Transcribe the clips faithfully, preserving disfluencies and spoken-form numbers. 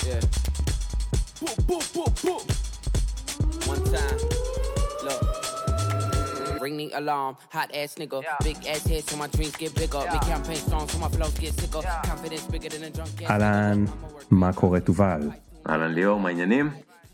Yeah. Boop, boop, boop, boop. One time. Look. Ring the alarm. Hot ass nigga. Yeah. Big ass head so my dreams get bigger. Yeah. Make campaign songs so my flows get sicker. Yeah. Confidence bigger than a drunk gas. אהלן, מה קורה תובל? אהלן ליאור, מה העניינים?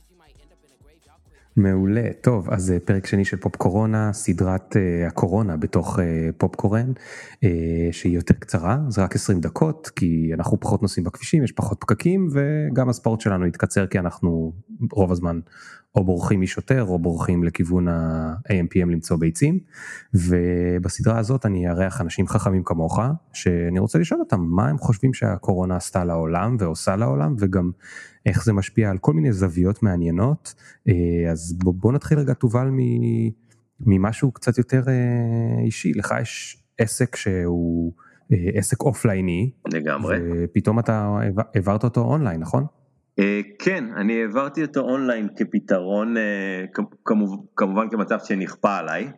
מעולה, טוב, אז פרק שני של פופ קורונה, סדרת uh, הקורונה בתוך uh, פופ קורן, uh, שהיא יותר קצרה, זה רק עשרים דקות, כי אנחנו פחות נוסעים בכבישים, יש פחות פקקים, וגם הספורט שלנו יתקצר, כי אנחנו רוב הזמן או בורחים משוטר, או בורחים לכיוון ה-A M P M למצוא ביצים, ובסדרה הזאת אני ארח אנשים חכמים כמוך, שאני רוצה לשאול אותם, מה הם חושבים שהקורונה עשתה לעולם, ועושה לעולם, וגם איך זה משפיע על כל מיני זוויות מעניינות. אז בוא, בוא נתחיל רגע תובל ממשהו קצת יותר אישי. לך יש עסק שהוא עסק אופלייני, לגמרי, ופתאום אתה העברת אותו אונליין, נכון? כן, אני העברתי אותו אונליין כפתרון, כמובן כמצב שנכפה עליי.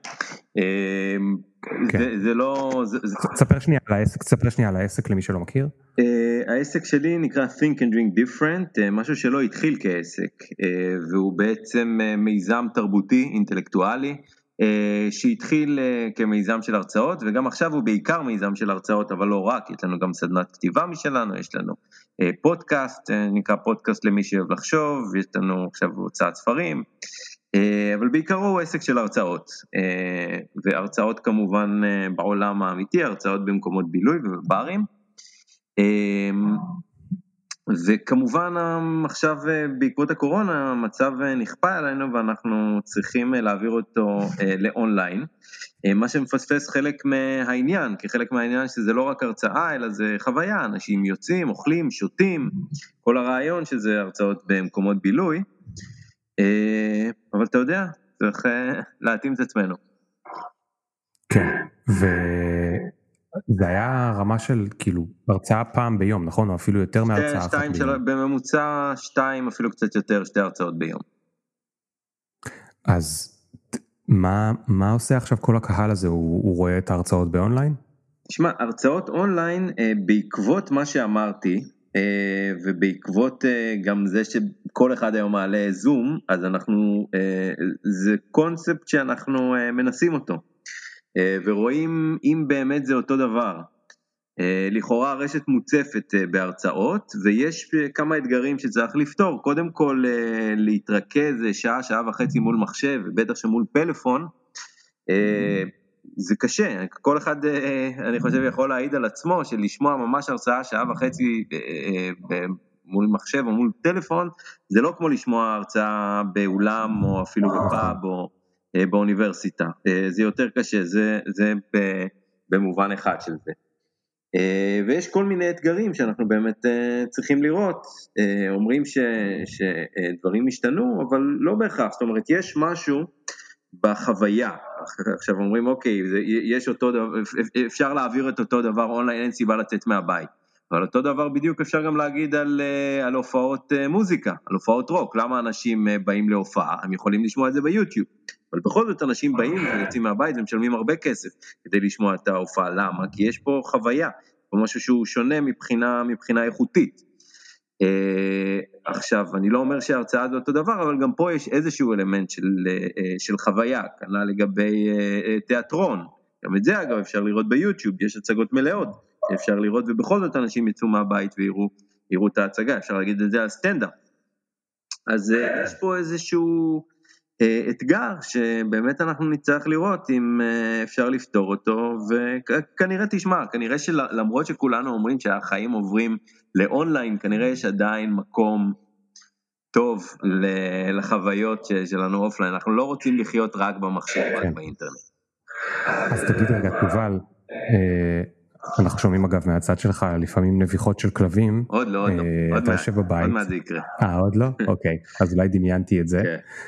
זה, זה לא... תספר שנייה על העסק, תספר שנייה על העסק למי שלא מכיר. העסק שלי נקרא Think and Drink Different, משהו שלא התחיל כעסק, והוא בעצם מיזם תרבותי, אינטלקטואלי, שהתחיל כמיזם של הרצאות, וגם עכשיו הוא בעיקר מיזם של הרצאות, אבל לא רק, יש לנו גם סדנת כתיבה משלנו, יש לנו פודקאסט, נקרא פודקאסט למי שאוהב לחשוב, יש לנו עכשיו הוצאת ספרים, אבל בעיקרו הוא עסק של הרצאות, והרצאות כמובן בעולם האמיתי, הרצאות במקומות בילוי ובברים, וכמובן עכשיו בעקבות הקורונה המצב נכפה עלינו ואנחנו צריכים להעביר אותו לאונליין, מה שמפספס חלק מהעניין, כי חלק מהעניין שזה לא רק הרצאה אלא זה חוויה, אנשים יוצאים, אוכלים, שותים, כל הרעיון שזה הרצאות במקומות בילוי, אבל אתה יודע, צריך להתאים את עצמנו. כן, ו... זה היה רמה של כאילו הרצאה פעם ביום, נכון? או אפילו יותר מהרצאה אחת ביום. שלו, בממוצע שתיים, אפילו קצת יותר, שתי הרצאות ביום. אז מה, מה עושה עכשיו כל הקהל הזה? הוא, הוא רואה את ההרצאות באונליין? תשמע, הרצאות אונליין, בעקבות מה שאמרתי, ובעקבות גם זה שכל אחד היום מעלה זום, אז אנחנו, זה קונספט שאנחנו מנסים אותו. ורואים אם באמת זה אותו דבר. לכאורה הרשת מוצפת בהרצאות, ויש כמה אתגרים שצריך לפתור. קודם כל להתרכז שעה, שעה וחצי מול מחשב, בטח שמול פלאפון, זה קשה. כל אחד, אני חושב, יכול להעיד על עצמו, שלשמוע ממש הרצאה שעה וחצי מול מחשב או מול טלפון, זה לא כמו לשמוע הרצאה באולם או אפילו בפאב או באוניברסיטה, זה יותר קשה, זה, זה במובן אחד של זה. ויש כל מיני אתגרים שאנחנו באמת צריכים לראות, אומרים ש, שדברים השתנו, אבל לא בהכרח, זאת אומרת, יש משהו בחוויה, עכשיו אומרים, אוקיי, יש אותו דבר, אפשר להעביר את אותו דבר אונליין, אין סיבה לצאת מהבית, אבל אותו דבר בדיוק אפשר גם להגיד על, על הופעות מוזיקה, על הופעות רוק, למה אנשים באים להופעה, הם יכולים לשמוע את זה ביוטיוב, אבל בכל זאת אנשים באים ויוצאים מהבית ומשלמים הרבה כסף כדי לשמוע את ההופעה. למה? כי יש פה חוויה, או משהו שהוא שונה מבחינה, מבחינה איכותית. אה, עכשיו, אני לא אומר שההרצאה זה אותו דבר, אבל גם פה יש איזשהו אלמנט של, אה, של חוויה, כנ"ל לגבי אה, תיאטרון. גם את זה אגב אפשר לראות ביוטיוב, יש הצגות מלאות, אפשר לראות ובכל זאת אנשים יצאו מהבית ויראו, יראו את ההצגה, אפשר להגיד את זה על סטנדאפ. אז אה, יש פה איזשהו אתגר שבאמת אנחנו נצטרך לראות אם אפשר לפתור אותו, וכנראה תשמע, כנראה שלמרות שכולנו אומרים שהחיים עוברים לאונליין, כנראה יש עדיין מקום טוב לחוויות שלנו אופליין, אנחנו לא רוצים לחיות רק במחשב, רק באינטרנט. אז תגיד רגע, תובל, אנחנו שומעים אגב מהצד שלך לפעמים נביחות של כלבים. עוד לא, עוד לא. אתה יושב בבית. עוד מה זה יקרה. אה, עוד לא? אוקיי. אז אולי דמיינתי את זה.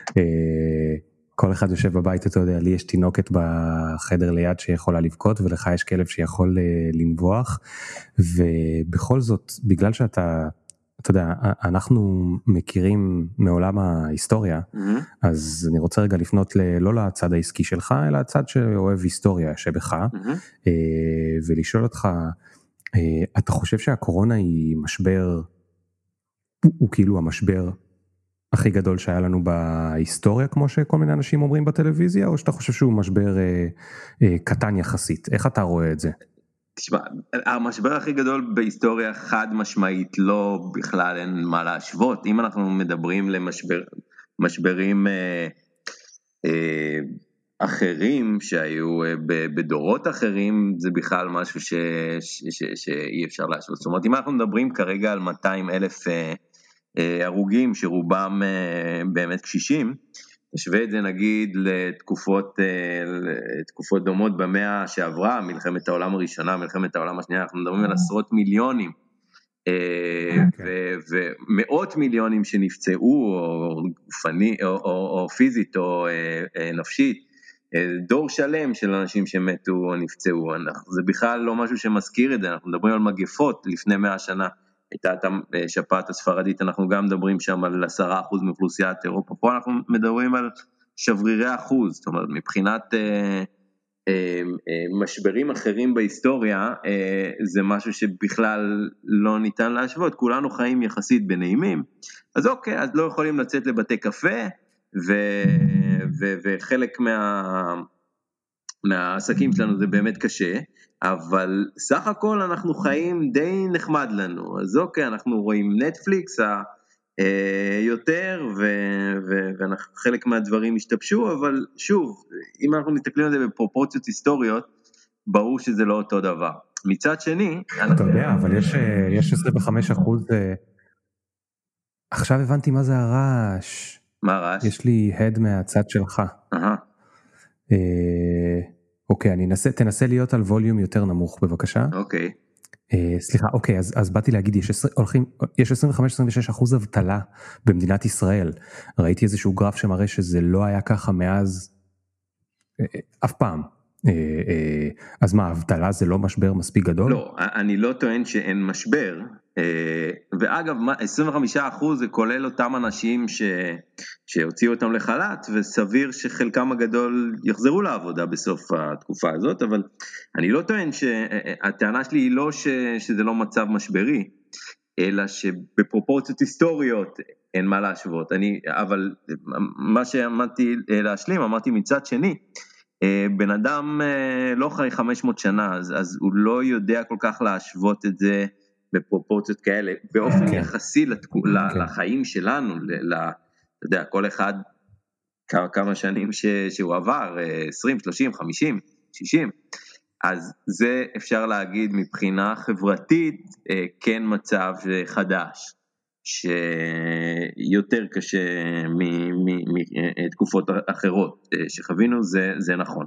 כל אחד יושב בבית, אתה יודע, לי יש תינוקת בחדר ליד שיכולה לבכות, ולך יש כלב שיכול לנבוח, ובכל זאת, בגלל שאתה, אתה יודע, אנחנו מכירים מעולם ההיסטוריה, אז אני רוצה רגע לפנות לא לצד העסקי שלך, אלא הצד שאוהב היסטוריה שבך, ולשאול אותך, אתה חושב שהקורונה היא משבר הוא כאילו המשבר הכי גדול שהיה לנו בהיסטוריה, כמו שכל מיני אנשים אומרים בטלוויזיה, או שאתה חושב שהוא משבר אה, אה, קטן יחסית? איך אתה רואה את זה? תשמע, המשבר הכי גדול בהיסטוריה חד משמעית, לא בכלל אין מה להשוות. אם אנחנו מדברים למשבר, משברים אה, אה, אחרים שהיו אה, בדורות אחרים, זה בכלל משהו ש, ש, ש, שאי אפשר להשוות. זאת אומרת, אם אנחנו מדברים כרגע על מאתיים אלף אה, אה, הרוגים, שרובם אה, באמת קשישים, נשווה את זה נגיד לתקופות, לתקופות דומות במאה שעברה, מלחמת העולם הראשונה, מלחמת העולם השנייה, אנחנו מדברים על עשרות מיליונים, ומאות מיליונים שנפצעו, או גופני, או, או, או פיזית, או נפשית, דור שלם של אנשים שמתו או נפצעו. זה בכלל לא משהו שמזכיר את זה, אנחנו מדברים על מגפות לפני מאה שנה, הייתה את השפעת הספרדית, אנחנו גם מדברים שם על עשרה אחוז מאוכלוסיית אירופה, פה אנחנו מדברים על שברירי אחוז, זאת אומרת, מבחינת אה, אה, אה, משברים אחרים בהיסטוריה, אה, זה משהו שבכלל לא ניתן להשוות, כולנו חיים יחסית בנעימים, אז אוקיי, אז לא יכולים לצאת לבתי קפה, ו, ו, וחלק מה, מהעסקים שלנו זה באמת קשה, אבל סך הכל אנחנו חיים די נחמד לנו, אז אוקיי, אנחנו רואים נטפליקס יותר, וחלק מהדברים השתבשו, אבל שוב, אם אנחנו מסתכלים על זה בפרופורציות היסטוריות, ברור שזה לא אותו דבר. מצד שני, אתה יודע, אבל יש, יש עשרים וחמישה אחוז, עכשיו הבנתי מה זה הרעש. מה הרעש? יש לי הד מהצד שלך. אהה. אוקיי, אני אנסה, תנסה להיות על ווליום יותר נמוך, בבקשה. אוקיי. אה, סליחה, אוקיי, אז, אז באתי להגיד, יש, עשרים, הולכים, יש עשרים וחמש עד עשרים ושש אחוז אבטלה במדינת ישראל. ראיתי איזשהו גרף שמראה שזה לא היה ככה מאז, אה, אף פעם. אה, אה, אז מה, אבטלה זה לא משבר מספיק גדול? לא, אני לא טוען שאין משבר, ואגב, עשרים וחמישה אחוז זה כולל אותם אנשים ש... שהוציאו אותם לחל"ת, וסביר שחלקם הגדול יחזרו לעבודה בסוף התקופה הזאת, אבל אני לא טוען שהטענה שלי היא לא ש... שזה לא מצב משברי, אלא שבפרופורציות היסטוריות אין מה להשוות. אני, אבל מה שאמרתי להשלים, אמרתי מצד שני, בן אדם לא חי חמש מאות שנה, אז, אז הוא לא יודע כל כך להשוות את זה בפרופורציות כאלה, באופן okay. יחסי לתקו, okay. לחיים שלנו, ל, אתה יודע, כל אחד כמה, כמה שנים ש, שהוא עבר, עשרים, שלושים, חמישים, שישים, אז זה אפשר להגיד מבחינה חברתית, כן מצב חדש, שיותר קשה מתקופות אחרות שחווינו, זה, זה נכון.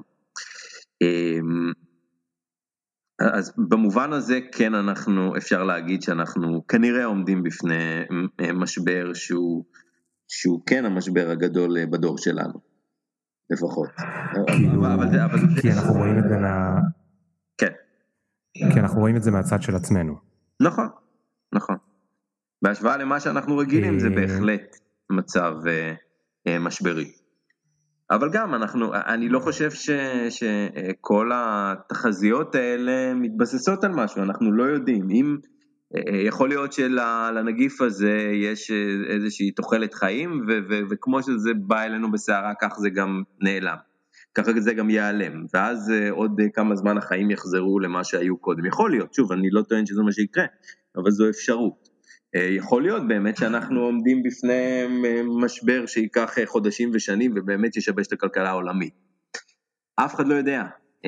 אז במובן הזה כן אנחנו, אפשר להגיד שאנחנו כנראה עומדים בפני משבר שהוא, שהוא כן המשבר הגדול בדור שלנו, לפחות. כי אנחנו רואים את זה מה... כן. כי אנחנו רואים את זה מהצד של עצמנו. נכון, נכון. בהשוואה למה שאנחנו רגילים זה בהחלט מצב משברי. אבל גם אנחנו, אני לא חושב ש, שכל התחזיות האלה מתבססות על משהו, אנחנו לא יודעים. אם יכול להיות שלנגיף הזה יש איזושהי תוחלת חיים, ו, ו, וכמו שזה בא אלינו בסערה, כך זה גם נעלם. ככה זה גם ייעלם, ואז עוד כמה זמן החיים יחזרו למה שהיו קודם. יכול להיות, שוב, אני לא טוען שזה מה שיקרה, אבל זו אפשרות. יכול להיות באמת שאנחנו עומדים בפני משבר שיקח חודשים ושנים, ובאמת ישבש את הכלכלה העולמית. אף אחד לא יודע.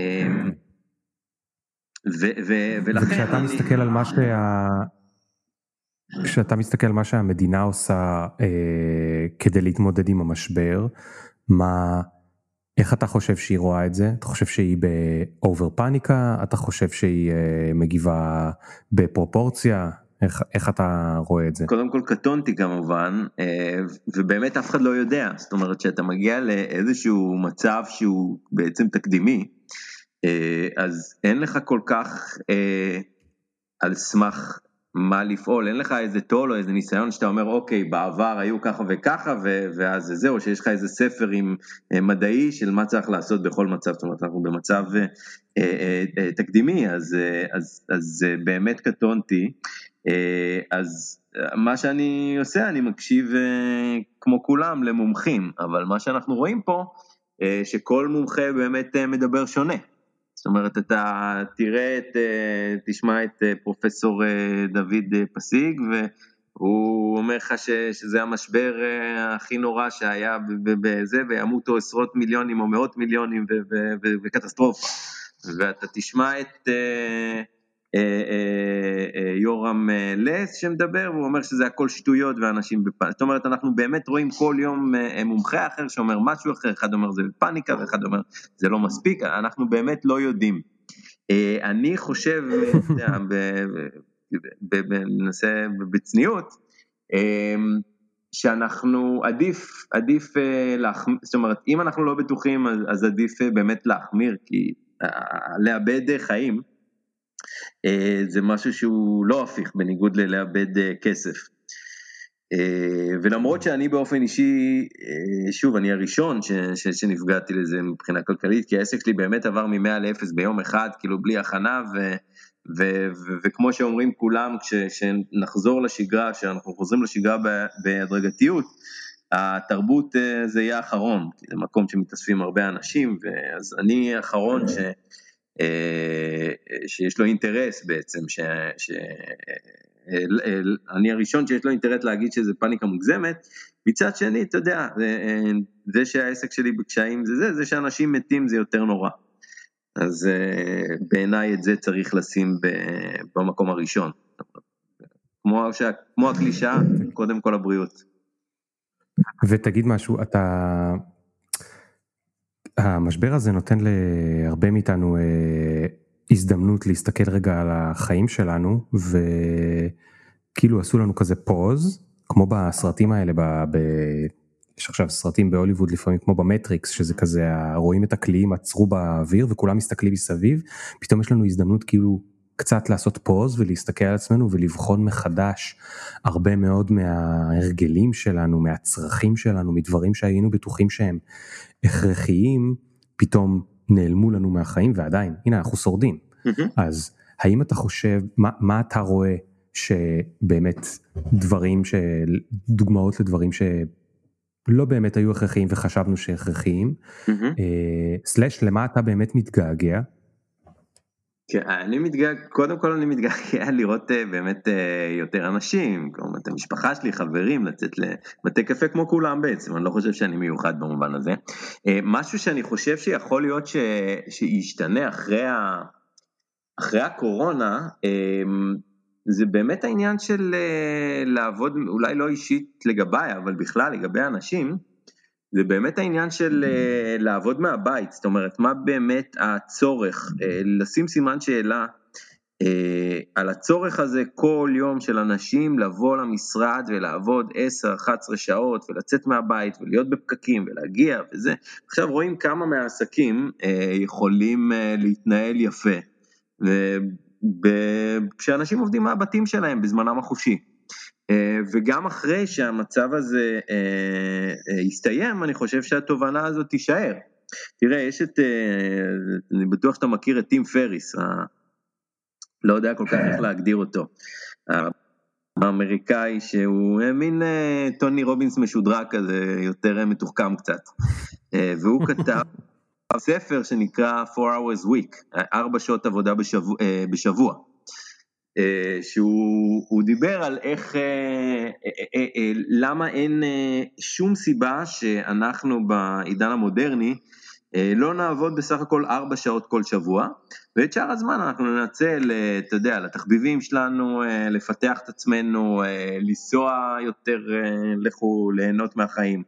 ולכן... וכשאתה מסתכל על מה שה... כשאתה מסתכל על מה שהמדינה עושה כדי להתמודד עם המשבר, מה... איך אתה חושב שהיא רואה את זה? אתה חושב שהיא באובר פאניקה? אתה חושב שהיא מגיבה בפרופורציה? איך, איך אתה רואה את זה? קודם כל קטונתי כמובן, ובאמת אף אחד לא יודע, זאת אומרת שאתה מגיע לאיזשהו מצב שהוא בעצם תקדימי, אז אין לך כל כך על סמך מה לפעול, אין לך איזה טול או איזה ניסיון שאתה אומר אוקיי בעבר היו ככה וככה ואז זהו, שיש לך איזה ספר עם מדעי של מה צריך לעשות בכל מצב, זאת אומרת אנחנו במצב תקדימי, אז, אז, אז באמת קטונתי, אז מה שאני עושה, אני מקשיב כמו כולם למומחים, אבל מה שאנחנו רואים פה, שכל מומחה באמת מדבר שונה. זאת אומרת, אתה תראה את, תשמע את פרופסור דוד פסיג, והוא אומר לך שזה המשבר הכי נורא שהיה בזה, וימותו עשרות מיליונים או מאות מיליונים וקטסטרופה. ואתה תשמע את יורם לס שמדבר, והוא אומר שזה הכל שטויות ואנשים בפאניקה. זאת אומרת, אנחנו באמת רואים כל יום מומחה אחר שאומר משהו אחר, אחד אומר זה בפאניקה, ואחד אומר זה לא מספיק, אנחנו באמת לא יודעים. אני חושב, בנושא בצניעות, שאנחנו עדיף, עדיף להחמיר, זאת אומרת, אם אנחנו לא בטוחים, אז עדיף באמת להחמיר, כי לאבד חיים, זה משהו שהוא לא הפיך, בניגוד ללאבד כסף. ולמרות שאני באופן אישי, שוב, אני הראשון ש, ש, שנפגעתי לזה מבחינה כלכלית, כי העסק שלי באמת עבר מ-מאה לאפס ביום אחד, כאילו בלי הכנה, ו, ו, ו, וכמו שאומרים כולם, כשנחזור לשגרה, כשאנחנו חוזרים לשגרה בהדרגתיות, התרבות זה יהיה האחרון, כי זה מקום שמתאספים הרבה אנשים, אז אני האחרון ש... שיש לו אינטרס בעצם, ש... ש... אני הראשון שיש לו אינטרס להגיד שזה פאניקה מוגזמת, מצד שני, אתה יודע, זה שהעסק שלי בקשיים זה זה, זה שאנשים מתים זה יותר נורא. אז בעיניי את זה צריך לשים במקום הראשון. כמו, שה... כמו הקלישה, קודם כל הבריאות. ותגיד משהו, אתה... המשבר הזה נותן להרבה מאיתנו אה, הזדמנות להסתכל רגע על החיים שלנו, וכאילו עשו לנו כזה פוז, כמו בסרטים האלה, ב, ב, יש עכשיו סרטים בהוליווד לפעמים כמו במטריקס, שזה כזה, רואים את הקליעים, עצרו באוויר וכולם מסתכלים מסביב, פתאום יש לנו הזדמנות כאילו קצת לעשות פוז ולהסתכל על עצמנו ולבחון מחדש הרבה מאוד מההרגלים שלנו, מהצרכים שלנו, מדברים שהיינו בטוחים שהם הכרחיים, פתאום נעלמו לנו מהחיים ועדיין, הנה אנחנו שורדים. Mm-hmm. אז האם אתה חושב, מה, מה אתה רואה שבאמת דברים, דוגמאות לדברים שלא באמת היו הכרחיים וחשבנו שהכרחיים, mm-hmm. אה, סלש למה אתה באמת מתגעגע? כן, אני מתגעגע, קודם כל אני מתגעגע לראות באמת יותר אנשים, כלומר את המשפחה שלי, חברים, לצאת לבתי קפה כמו כולם בעצם, אני לא חושב שאני מיוחד במובן הזה. משהו שאני חושב שיכול להיות ש... שישתנה אחרי, ה... אחרי הקורונה, זה באמת העניין של לעבוד, אולי לא אישית לגביי, אבל בכלל לגבי אנשים, זה באמת העניין של uh, לעבוד מהבית, זאת אומרת, מה באמת הצורך, uh, לשים סימן שאלה uh, על הצורך הזה כל יום של אנשים לבוא למשרד ולעבוד עשר אחת עשרה שעות ולצאת מהבית ולהיות בפקקים ולהגיע וזה. עכשיו רואים כמה מהעסקים uh, יכולים uh, להתנהל יפה, כשאנשים עובדים מהבתים שלהם בזמנם החופשי. וגם אחרי שהמצב הזה יסתיים, אני חושב שהתובנה הזאת תישאר. תראה, יש את, אני בטוח שאתה מכיר את טים פריס, לא יודע כל כך איך להגדיר אותו, האמריקאי שהוא מין טוני רובינס משודרג כזה, יותר מתוחכם קצת, והוא כתב ספר שנקרא four hours week, ארבע שעות עבודה בשבוע, בשבוע. שהוא דיבר על איך, למה אין שום סיבה שאנחנו בעידן המודרני לא נעבוד בסך הכל ארבע שעות כל שבוע, ואת שאר הזמן אנחנו ננצל, אתה יודע, לתחביבים שלנו, לפתח את עצמנו, לנסוע יותר, לכו ליהנות מהחיים.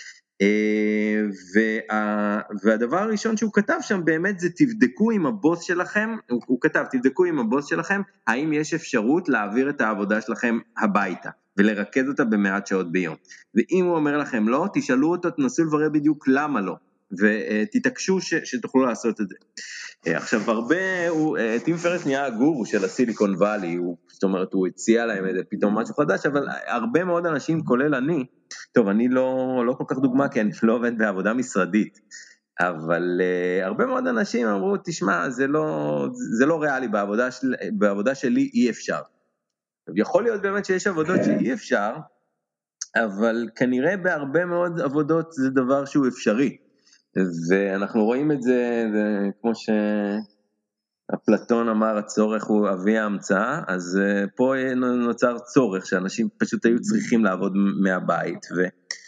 וה, והדבר הראשון שהוא כתב שם באמת זה תבדקו עם הבוס שלכם, הוא, הוא כתב תבדקו עם הבוס שלכם האם יש אפשרות להעביר את העבודה שלכם הביתה ולרכז אותה במעט שעות ביום, ואם הוא אומר לכם לא, תשאלו אותו, תנסו לברר בדיוק למה לא, ותתעקשו ש, שתוכלו לעשות את זה. עכשיו הרבה, הוא, טים פריס נהיה הגורו של הסיליקון ואלי, הוא, זאת אומרת הוא הציע להם איזה פתאום משהו חדש, אבל הרבה מאוד אנשים כולל אני, טוב אני לא, לא כל כך דוגמה כי אני לא עובד בעבודה משרדית, אבל uh, הרבה מאוד אנשים אמרו תשמע זה לא, זה לא ריאלי, בעבודה, של, בעבודה שלי אי אפשר, יכול להיות באמת שיש עבודות שאי אפשר, אבל כנראה בהרבה מאוד עבודות זה דבר שהוא אפשרי, ואנחנו רואים את זה, זה כמו שאפלטון אמר, הצורך הוא אבי ההמצאה, אז פה נוצר צורך, שאנשים פשוט היו צריכים לעבוד מהבית, ו...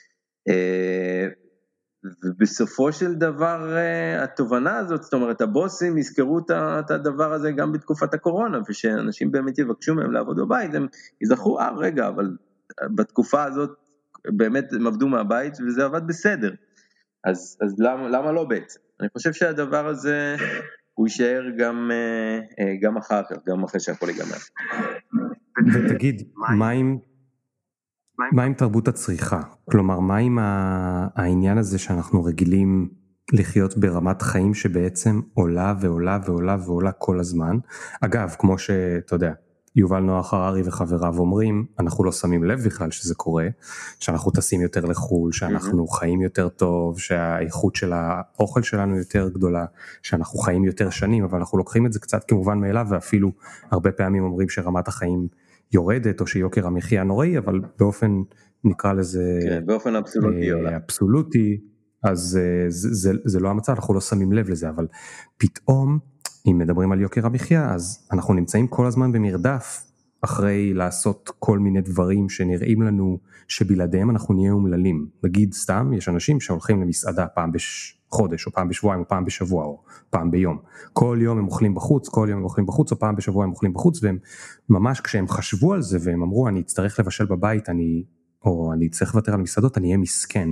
ובסופו של דבר התובנה הזאת, זאת אומרת הבוסים יזכרו את הדבר הזה גם בתקופת הקורונה, ושאנשים באמת יבקשו מהם לעבוד בבית, הם יזכרו, אה רגע, אבל בתקופה הזאת באמת הם עבדו מהבית וזה עבד בסדר, אז, אז למה, למה לא בעצם? אני חושב שהדבר הזה הוא יישאר גם, גם אחר כך, גם אחרי שהכל ייגמר. ותגיד, מה עם... מה עם תרבות הצריכה? כלומר, מה עם העניין הזה שאנחנו רגילים לחיות ברמת חיים שבעצם עולה ועולה ועולה ועולה כל הזמן? אגב, כמו שאתה יודע, יובל נוח הררי וחבריו אומרים, אנחנו לא שמים לב בכלל שזה קורה, שאנחנו טסים יותר לחול, שאנחנו חיים יותר טוב, שהאיכות של האוכל שלנו יותר גדולה, שאנחנו חיים יותר שנים, אבל אנחנו לוקחים את זה קצת כמובן מאליו, ואפילו הרבה פעמים אומרים שרמת החיים יורדת, או שיוקר המחיה נוראי, אבל באופן, נקרא לזה, כן, באופן אבסולוטי, אה, אבסולוטי, אז אה, זה, זה, זה לא המצב, אנחנו לא שמים לב לזה, אבל פתאום, אם מדברים על יוקר המחיה, אז אנחנו נמצאים כל הזמן במרדף, אחרי לעשות כל מיני דברים שנראים לנו, שבלעדיהם אנחנו נהיה אומללים. נגיד סתם, יש אנשים שהולכים למסעדה פעם בחודש, או פעם בשבועיים, או פעם בשבוע, או פעם ביום. כל יום הם אוכלים בחוץ, כל יום הם אוכלים בחוץ, או פעם בשבוע הם אוכלים בחוץ, והם ממש כשהם חשבו על זה, והם אמרו, אני אצטרך לבשל בבית, אני, או אני אצטרך לוותר על מסעדות, אני אהיה מסכן.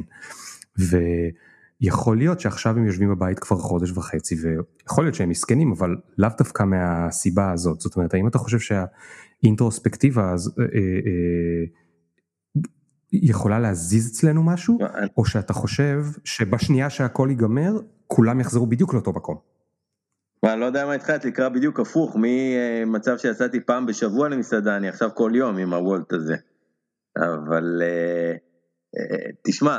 ויכול להיות שעכשיו הם יושבים בבית כבר חודש וחצי, ויכול להיות שהם מסכנים, אבל לאו דווקא מהסיבה הזאת. זאת אומרת, האם אתה חושב שהאינטרוספקטיבה אז, אה, אה, יכולה להזיז אצלנו משהו, או שאתה חושב שבשנייה שהכל ייגמר, כולם יחזרו בדיוק לאותו מקום? אני לא יודע מה התחלת, לקרוא בדיוק הפוך, ממצב שיצאתי פעם בשבוע למסעדה, אני עכשיו כל יום עם הוולט הזה. אבל תשמע,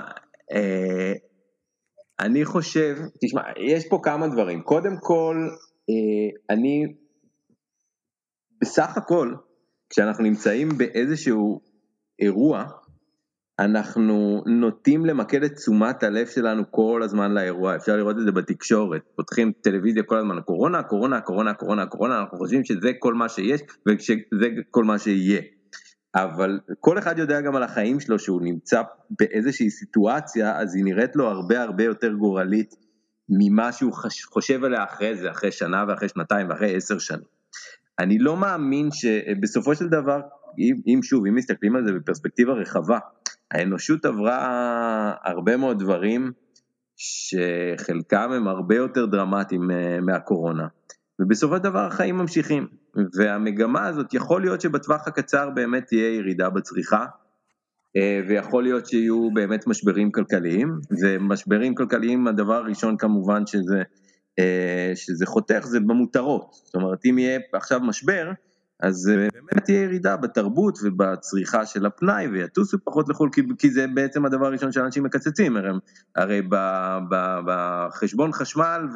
אני חושב, תשמע, יש פה כמה דברים. קודם כל, אני בסך הכל, כשאנחנו נמצאים באיזשהו אירוע, אנחנו נוטים למקד את תשומת הלב שלנו כל הזמן לאירוע, אפשר לראות את זה בתקשורת, פותחים טלוויזיה כל הזמן, קורונה, קורונה, קורונה, קורונה, קורונה, אנחנו חושבים שזה כל מה שיש, ושזה כל מה שיהיה, אבל כל אחד יודע גם על החיים שלו, שהוא נמצא באיזושהי סיטואציה, אז היא נראית לו הרבה הרבה יותר גורלית, ממה שהוא חושב עליה אחרי זה, אחרי שנה ואחרי שנתיים ואחרי עשר שנים. אני לא מאמין שבסופו של דבר, אם שוב, אם מסתכלים על זה בפרספקטיבה רחבה, האנושות עברה הרבה מאוד דברים, שחלקם הם הרבה יותר דרמטיים מהקורונה, ובסופו של דבר החיים ממשיכים, והמגמה הזאת יכול להיות שבטווח הקצר באמת תהיה ירידה בצריכה, ויכול להיות שיהיו באמת משברים כלכליים, ומשברים כלכליים הדבר הראשון כמובן שזה, שזה חותך, זה במותרות, זאת אומרת אם יהיה עכשיו משבר, אז באמת תהיה ירידה בתרבות ובצריכה של הפנאי, ויטוסו פחות לחול, כי, כי זה בעצם הדבר הראשון שאנשים מקצצים, הרי, הרי בחשבון חשמל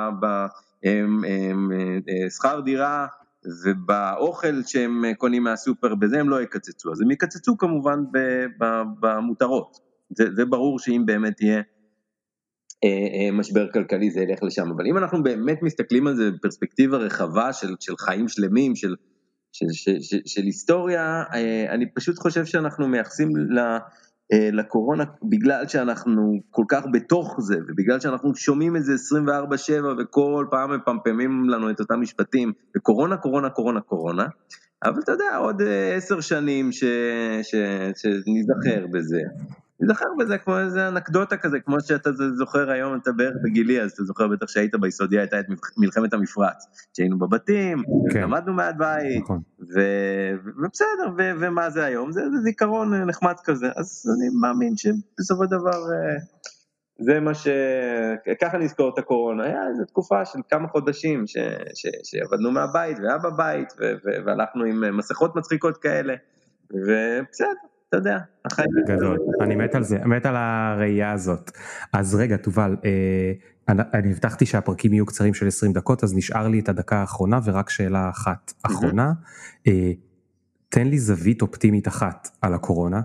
ובשכר דירה ובאוכל שהם קונים מהסופר, בזה הם לא יקצצו, אז הם יקצצו כמובן במותרות, זה, זה ברור שאם באמת יהיה משבר כלכלי זה ילך לשם, אבל אם אנחנו באמת מסתכלים על זה בפרספקטיבה רחבה של, של חיים שלמים, של של, של, של, של היסטוריה, אני פשוט חושב שאנחנו מייחסים לקורונה, בגלל שאנחנו כל כך בתוך זה, ובגלל שאנחנו שומעים את זה עשרים וארבע שבע, וכל פעם מפמפמים לנו את אותם משפטים, וקורונה, קורונה, קורונה, קורונה, אבל אתה יודע, עוד עשר שנים ש, ש, שנזכר בזה, נזכר בזה כמו איזה אנקדוטה כזה, כמו שאתה זוכר היום, אתה בערך בגילי, אז אתה זוכר בטח שהיית ביסודי, הייתה את מלחמת המפרץ, שהיינו בבתים, כן. למדנו מעט בית, נכון. ו... ובסדר, ו... ומה זה היום? זה, זה זיכרון נחמד כזה, אז אני מאמין שבסופו דבר, זה מה ש... ככה נזכור את הקורונה, היה איזו תקופה של כמה חודשים, ש... ש... שעבדנו מהבית, והיה בבית, ו... ו... והלכנו עם מסכות מצחיקות כאלה, ובסדר. אתה יודע, החיים. גדול, אני מת על זה, מת על הראייה הזאת. אז רגע, תובל, אני הבטחתי שהפרקים יהיו קצרים של עשרים דקות, אז נשאר לי את הדקה האחרונה, ורק שאלה אחת אחרונה. תן לי זווית אופטימית אחת על הקורונה.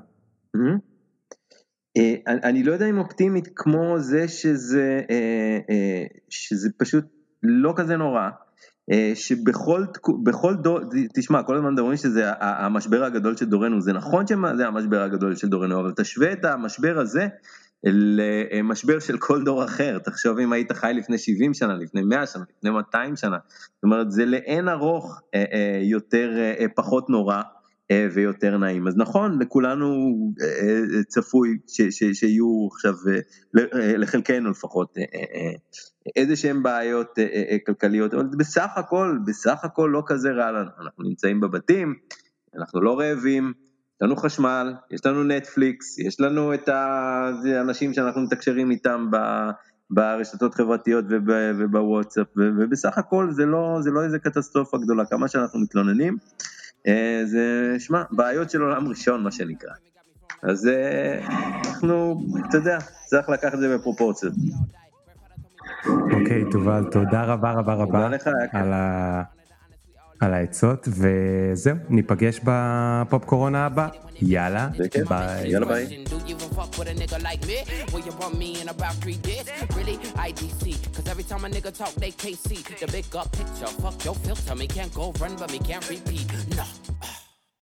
אני לא יודע אם אופטימית כמו זה שזה, שזה פשוט לא כזה נורא, שבכל בכל דור, תשמע, כל הזמן מדברים שזה המשבר הגדול של דורנו, זה נכון שזה המשבר הגדול של דורנו, אבל תשווה את המשבר הזה למשבר של כל דור אחר. תחשוב אם היית חי לפני שבעים שנה, לפני מאה שנה, לפני מאתיים שנה, זאת אומרת זה לאין ארוך יותר פחות נורא ויותר נעים. אז נכון, לכולנו צפוי שיהיו עכשיו, לחלקנו לפחות, איזה שהם בעיות כלכליות, אבל בסך הכל, בסך הכל לא כזה רע לנו. אנחנו נמצאים בבתים, אנחנו לא רעבים, יש לנו חשמל, יש לנו נטפליקס, יש לנו את האנשים שאנחנו מתקשרים איתם ברשתות חברתיות ובוואטסאפ, ובסך הכל זה לא, זה לא איזה קטסטרופה גדולה, כמה שאנחנו מתלוננים, זה, שמה, בעיות של עולם ראשון, מה שנקרא. אז אנחנו, אתה יודע, צריך לקחת את זה בפרופורציות. אוקיי, תובל, תודה רבה רבה רבה על ה... על העצות, וזהו, ניפגש בפופ קורונה הבא. יאללה, ביי. יאללה ביי. No.